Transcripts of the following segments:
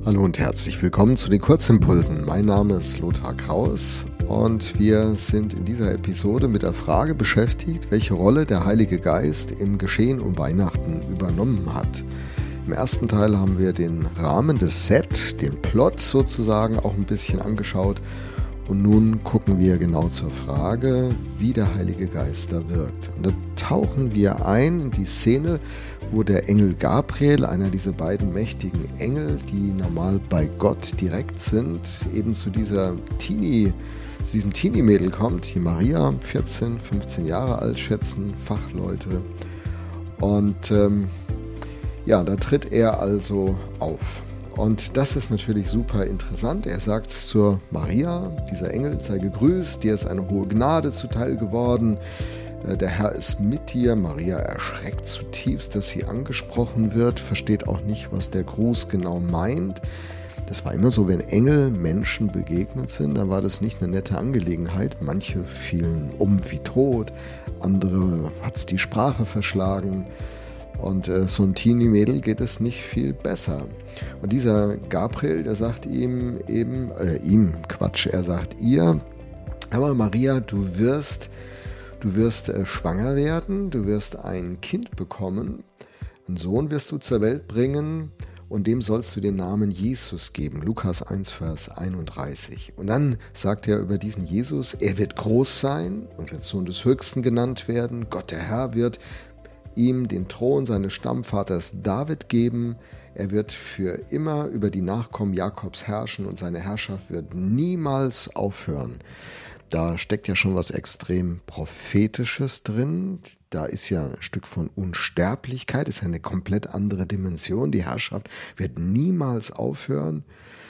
Hallo und herzlich willkommen zu den Kurzimpulsen. Mein Name ist Lothar Kraus und wir sind in dieser Episode mit der Frage beschäftigt, welche Rolle der Heilige Geist im Geschehen um Weihnachten übernommen hat. Im ersten Teil haben wir den Rahmen des Set, den Plot sozusagen auch ein bisschen angeschaut und nun gucken wir genau zur Frage, wie der Heilige Geist da wirkt. Und da tauchen wir ein in die Szene, wo der Engel Gabriel, einer dieser beiden mächtigen Engel, die normal bei Gott direkt sind, eben zu diesem Teenie-Mädel kommt, die Maria, 14, 15 Jahre alt, schätzen Fachleute. Und da tritt er also auf. Und das ist natürlich super interessant. Er sagt zur Maria, dieser Engel sei gegrüßt, dir ist eine hohe Gnade zuteil geworden. Der Herr ist mit dir. Maria erschreckt zutiefst, dass sie angesprochen wird, versteht auch nicht, was der Gruß genau meint. Das war immer so, wenn Engel Menschen begegnet sind, dann war das nicht eine nette Angelegenheit. Manche fielen um wie tot, andere hat es die Sprache verschlagen. Und so ein Teenie-Mädel geht es nicht viel besser. Und dieser Gabriel, der sagt er sagt ihr, aber Maria, du wirst schwanger werden, du wirst ein Kind bekommen, einen Sohn wirst du zur Welt bringen und dem sollst du den Namen Jesus geben. Lukas 1, Vers 31. Und dann sagt er über diesen Jesus, er wird groß sein und wird Sohn des Höchsten genannt werden. Gott der Herr wird ihm den Thron seines Stammvaters David geben. Er wird für immer über die Nachkommen Jakobs herrschen und seine Herrschaft wird niemals aufhören. Da steckt ja schon was extrem Prophetisches drin. Da ist ja ein Stück von Unsterblichkeit, ist ja eine komplett andere Dimension. Die Herrschaft wird niemals aufhören.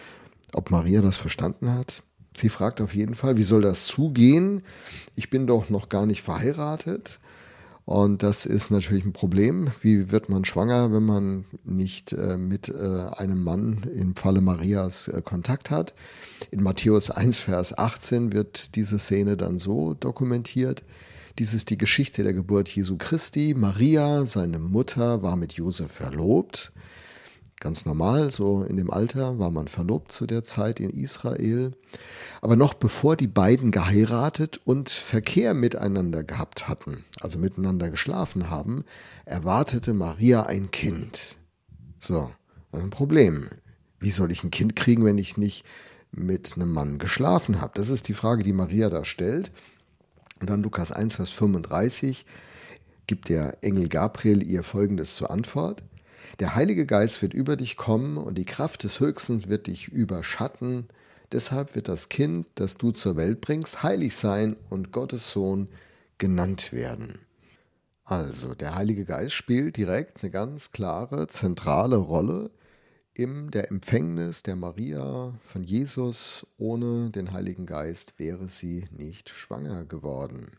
Ob Maria das verstanden hat? Sie fragt auf jeden Fall, wie soll das zugehen? Ich bin doch noch gar nicht verheiratet. Und das ist natürlich ein Problem. Wie wird man schwanger, wenn man nicht mit einem Mann im Falle Marias Kontakt hat? In Matthäus 1, Vers 18 wird diese Szene dann so dokumentiert. Dies ist die Geschichte der Geburt Jesu Christi. Maria, seine Mutter, war mit Josef verlobt. Ganz normal, so in dem Alter war man verlobt zu der Zeit in Israel. Aber noch bevor die beiden geheiratet und Verkehr miteinander gehabt hatten, also miteinander geschlafen haben, erwartete Maria ein Kind. So, ein Problem. Wie soll ich ein Kind kriegen, wenn ich nicht mit einem Mann geschlafen habe? Das ist die Frage, die Maria da stellt. Und dann Lukas 1, Vers 35 gibt der Engel Gabriel ihr Folgendes zur Antwort. Der Heilige Geist wird über dich kommen und die Kraft des Höchsten wird dich überschatten. Deshalb wird das Kind, das du zur Welt bringst, heilig sein und Gottes Sohn genannt werden. Also, der Heilige Geist spielt direkt eine ganz klare, zentrale Rolle in der Empfängnis der Maria von Jesus. Ohne den Heiligen Geist wäre sie nicht schwanger geworden.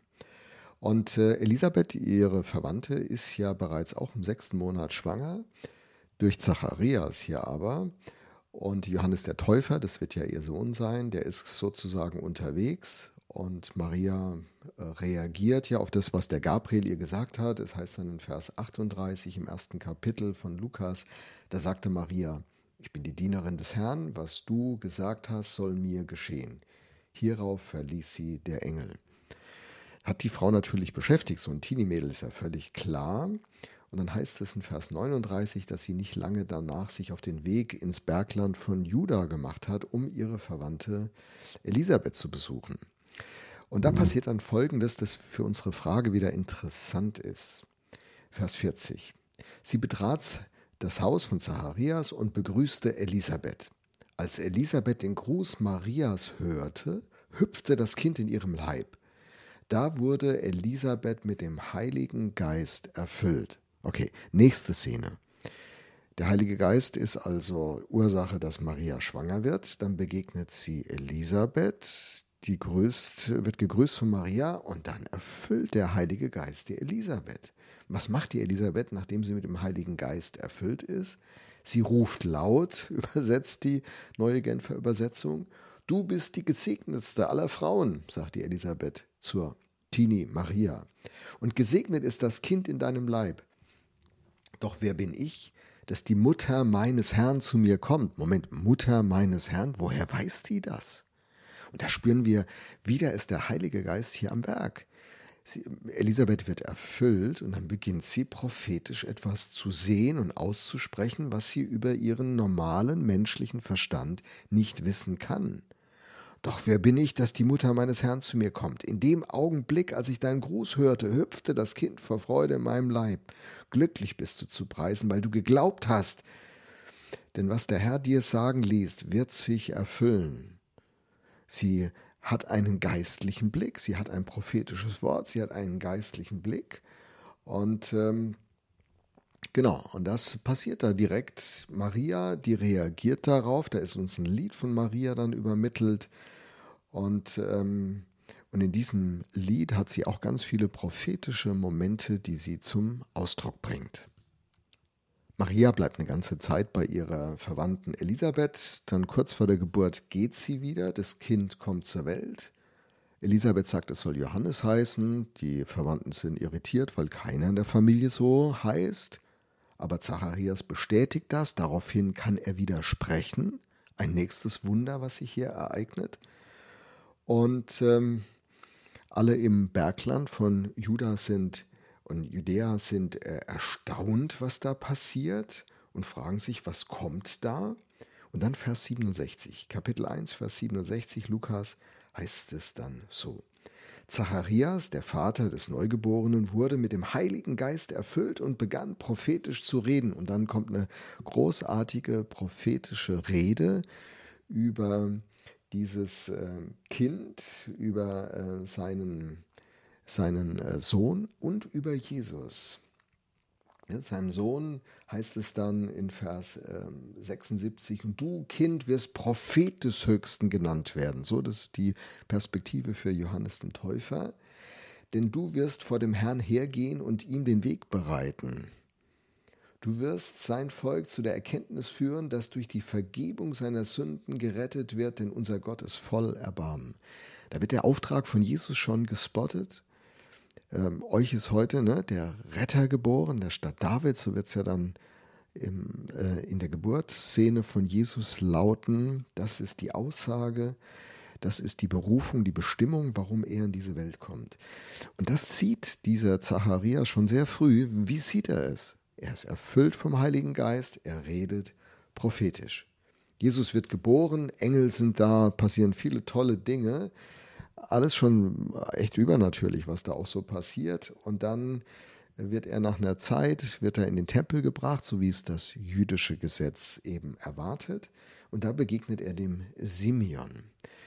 Und Elisabeth, ihre Verwandte, ist ja bereits auch im 6. Monat schwanger, durch Zacharias hier aber. Und Johannes der Täufer, das wird ja ihr Sohn sein, der ist sozusagen unterwegs. Und Maria reagiert ja auf das, was der Gabriel ihr gesagt hat. Es heißt dann in Vers 38 im 1. Kapitel von Lukas, da sagte Maria, ich bin die Dienerin des Herrn, was du gesagt hast, soll mir geschehen. Hierauf verließ sie der Engel. Hat die Frau natürlich beschäftigt, so ein Teenie-Mädel ist ja völlig klar. Und dann heißt es in Vers 39, dass sie nicht lange danach sich auf den Weg ins Bergland von Juda gemacht hat, um ihre Verwandte Elisabeth zu besuchen. Und da passiert dann Folgendes, das für unsere Frage wieder interessant ist. Vers 40. Sie betrat das Haus von Zacharias und begrüßte Elisabeth. Als Elisabeth den Gruß Marias hörte, hüpfte das Kind in ihrem Leib. Da wurde Elisabeth mit dem Heiligen Geist erfüllt. Okay, nächste Szene. Der Heilige Geist ist also Ursache, dass Maria schwanger wird. Dann begegnet sie Elisabeth, wird gegrüßt von Maria und dann erfüllt der Heilige Geist die Elisabeth. Was macht die Elisabeth, nachdem sie mit dem Heiligen Geist erfüllt ist? Sie ruft laut, übersetzt die Neue Genfer Übersetzung. Du bist die gesegnetste aller Frauen, sagt die Elisabeth zur Teenie Maria. Und gesegnet ist das Kind in deinem Leib. Doch wer bin ich, dass die Mutter meines Herrn zu mir kommt. Moment, Mutter meines Herrn, woher weiß die das? Und da spüren wir, wieder ist der Heilige Geist hier am Werk. Elisabeth wird erfüllt und dann beginnt sie prophetisch etwas zu sehen und auszusprechen, was sie über ihren normalen menschlichen Verstand nicht wissen kann. Doch wer bin ich, dass die Mutter meines Herrn zu mir kommt? In dem Augenblick, als ich deinen Gruß hörte, hüpfte das Kind vor Freude in meinem Leib. Glücklich bist du zu preisen, weil du geglaubt hast. Denn was der Herr dir sagen ließ, wird sich erfüllen. Sie hat einen geistlichen Blick, sie hat ein prophetisches Wort, sie hat einen geistlichen Blick. Und genau, und das passiert da direkt. Maria, die reagiert darauf, da ist uns ein Lied von Maria dann übermittelt. Und in diesem Lied hat sie auch ganz viele prophetische Momente, die sie zum Ausdruck bringt. Maria bleibt eine ganze Zeit bei ihrer Verwandten Elisabeth. Dann kurz vor der Geburt geht sie wieder, das Kind kommt zur Welt. Elisabeth sagt, es soll Johannes heißen. Die Verwandten sind irritiert, weil keiner in der Familie so heißt. Aber Zacharias bestätigt das. Daraufhin kann er widersprechen. Ein nächstes Wunder, was sich hier ereignet. Und alle im Bergland von Judäa sind erstaunt, was da passiert und fragen sich, was kommt da? Und dann Vers 67, Kapitel 1, Vers 67, Lukas, heißt es dann so. Zacharias, der Vater des Neugeborenen, wurde mit dem Heiligen Geist erfüllt und begann prophetisch zu reden. Und dann kommt eine großartige prophetische Rede über dieses Kind, über seinen Sohn und über Jesus. Ja, seinem Sohn heißt es dann in Vers 76, und du, Kind, wirst Prophet des Höchsten genannt werden. So, das ist die Perspektive für Johannes den Täufer. Denn du wirst vor dem Herrn hergehen und ihm den Weg bereiten. Du wirst sein Volk zu der Erkenntnis führen, dass durch die Vergebung seiner Sünden gerettet wird, denn unser Gott ist voll Erbarmen. Da wird der Auftrag von Jesus schon gespottet. Euch ist heute der Retter geboren, der Stadt Davids, so wird es ja dann in der Geburtsszene von Jesus lauten. Das ist die Aussage, das ist die Berufung, die Bestimmung, warum er in diese Welt kommt. Und das sieht dieser Zacharias schon sehr früh. Wie sieht er es? Er ist erfüllt vom Heiligen Geist, er redet prophetisch. Jesus wird geboren, Engel sind da, passieren viele tolle Dinge. Alles schon echt übernatürlich, was da auch so passiert. Und dann wird er nach einer Zeit, in den Tempel gebracht, so wie es das jüdische Gesetz eben erwartet. Und da begegnet er dem Simeon.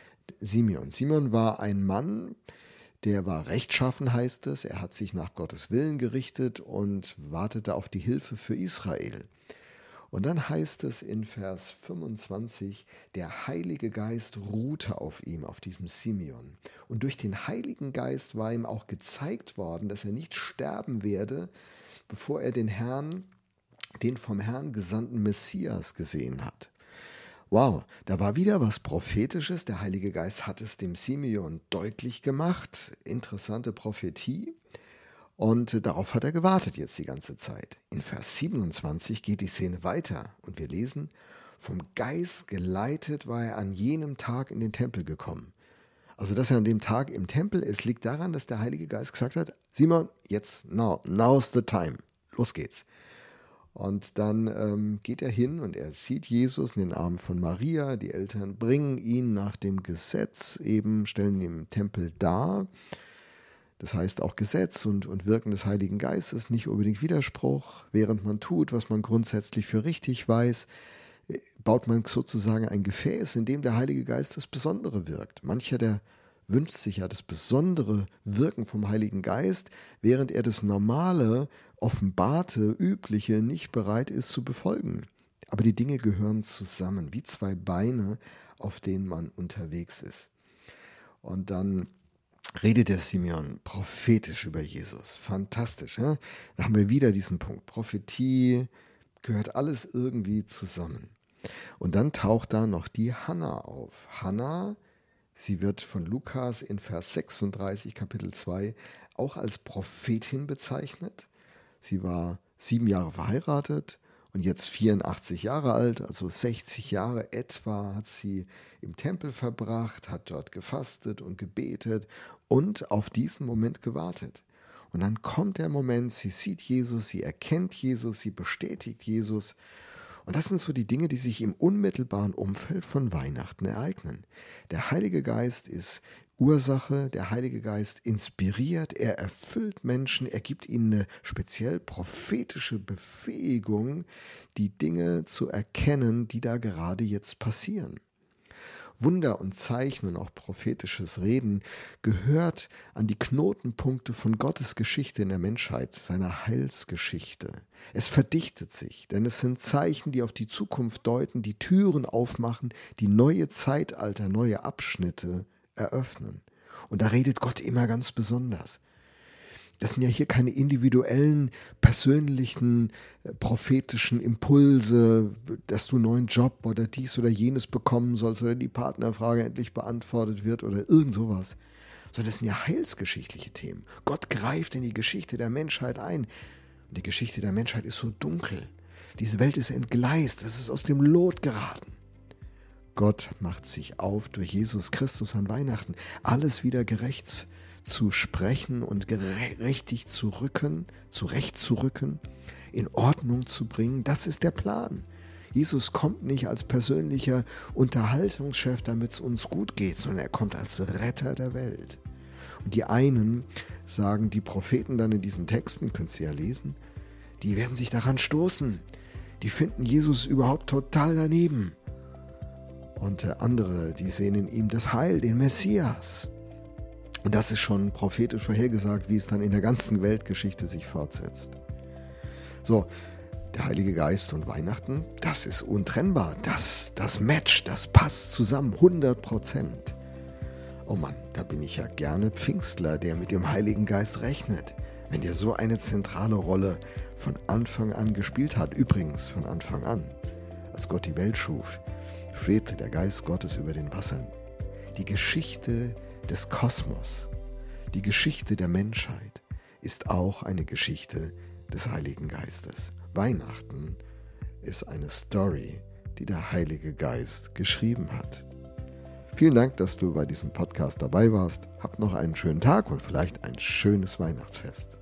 Simeon war ein Mann, der war rechtschaffen, heißt es. Er hat sich nach Gottes Willen gerichtet und wartete auf die Hilfe für Israel. Und dann heißt es in Vers 25, der Heilige Geist ruhte auf ihm, auf diesem Simeon. Und durch den Heiligen Geist war ihm auch gezeigt worden, dass er nicht sterben werde, bevor er den vom Herrn gesandten Messias gesehen hat. Wow, da war wieder was Prophetisches. Der Heilige Geist hat es dem Simeon deutlich gemacht. Interessante Prophetie. Und darauf hat er gewartet jetzt die ganze Zeit. In Vers 27 geht die Szene weiter und wir lesen, vom Geist geleitet war er an jenem Tag in den Tempel gekommen. Also, dass er an dem Tag im Tempel ist, liegt daran, dass der Heilige Geist gesagt hat, Simon, jetzt, now's the time, los geht's. Und dann geht er hin und er sieht Jesus in den Armen von Maria. Die Eltern bringen ihn nach dem Gesetz, eben stellen ihn im Tempel dar. Das heißt auch Gesetz und Wirken des Heiligen Geistes, nicht unbedingt Widerspruch. Während man tut, was man grundsätzlich für richtig weiß, baut man sozusagen ein Gefäß, in dem der Heilige Geist das Besondere wirkt. Mancher, der wünscht sich ja das besondere Wirken vom Heiligen Geist, während er das normale, offenbarte, übliche nicht bereit ist zu befolgen. Aber die Dinge gehören zusammen, wie zwei Beine, auf denen man unterwegs ist. Und dann redet der Simeon prophetisch über Jesus. Fantastisch. Ja? Da haben wir wieder diesen Punkt. Prophetie gehört alles irgendwie zusammen. Und dann taucht da noch die Hannah auf. Hannah, sie wird von Lukas in Vers 36, Kapitel 2, auch als Prophetin bezeichnet. Sie war 7 Jahre verheiratet Und jetzt 84 Jahre alt, also 60 Jahre etwa, hat sie im Tempel verbracht, hat dort gefastet und gebetet und auf diesen Moment gewartet. Und dann kommt der Moment, sie sieht Jesus, sie erkennt Jesus, sie bestätigt Jesus. Und das sind so die Dinge, die sich im unmittelbaren Umfeld von Weihnachten ereignen. Der Heilige Geist ist Ursache, der Heilige Geist inspiriert, er erfüllt Menschen, er gibt ihnen eine speziell prophetische Befähigung, die Dinge zu erkennen, die da gerade jetzt passieren. Wunder und Zeichen und auch prophetisches Reden gehört an die Knotenpunkte von Gottes Geschichte in der Menschheit, seiner Heilsgeschichte. Es verdichtet sich, denn es sind Zeichen, die auf die Zukunft deuten, die Türen aufmachen, die neue Zeitalter, neue Abschnitte eröffnen. Und da redet Gott immer ganz besonders. Das sind ja hier keine individuellen, persönlichen, prophetischen Impulse, dass du einen neuen Job oder dies oder jenes bekommen sollst oder die Partnerfrage endlich beantwortet wird oder irgend sowas. Sondern das sind ja heilsgeschichtliche Themen. Gott greift in die Geschichte der Menschheit ein. Und die Geschichte der Menschheit ist so dunkel. Diese Welt ist entgleist, es ist aus dem Lot geraten. Gott macht sich auf durch Jesus Christus an Weihnachten, alles wieder gerecht zu sprechen und gerechtig zurechtzurücken, in Ordnung zu bringen. Das ist der Plan. Jesus kommt nicht als persönlicher Unterhaltungschef, damit es uns gut geht, sondern er kommt als Retter der Welt. Und die einen sagen, die Propheten dann in diesen Texten, könnt ihr ja lesen, die werden sich daran stoßen. Die finden Jesus überhaupt total daneben. Und andere, die sehen in ihm das Heil, den Messias. Und das ist schon prophetisch vorhergesagt, wie es dann in der ganzen Weltgeschichte sich fortsetzt. So, der Heilige Geist und Weihnachten, das ist untrennbar. Das Match, das passt zusammen, 100%. Oh Mann, da bin ich ja gerne Pfingstler, der mit dem Heiligen Geist rechnet. Wenn der so eine zentrale Rolle von Anfang an gespielt hat. Übrigens von Anfang an, als Gott die Welt schuf, schwebte der Geist Gottes über den Wassern. Die Geschichte des Kosmos, die Geschichte der Menschheit ist auch eine Geschichte des Heiligen Geistes. Weihnachten ist eine Story, die der Heilige Geist geschrieben hat. Vielen Dank, dass du bei diesem Podcast dabei warst. Hab noch einen schönen Tag und vielleicht ein schönes Weihnachtsfest.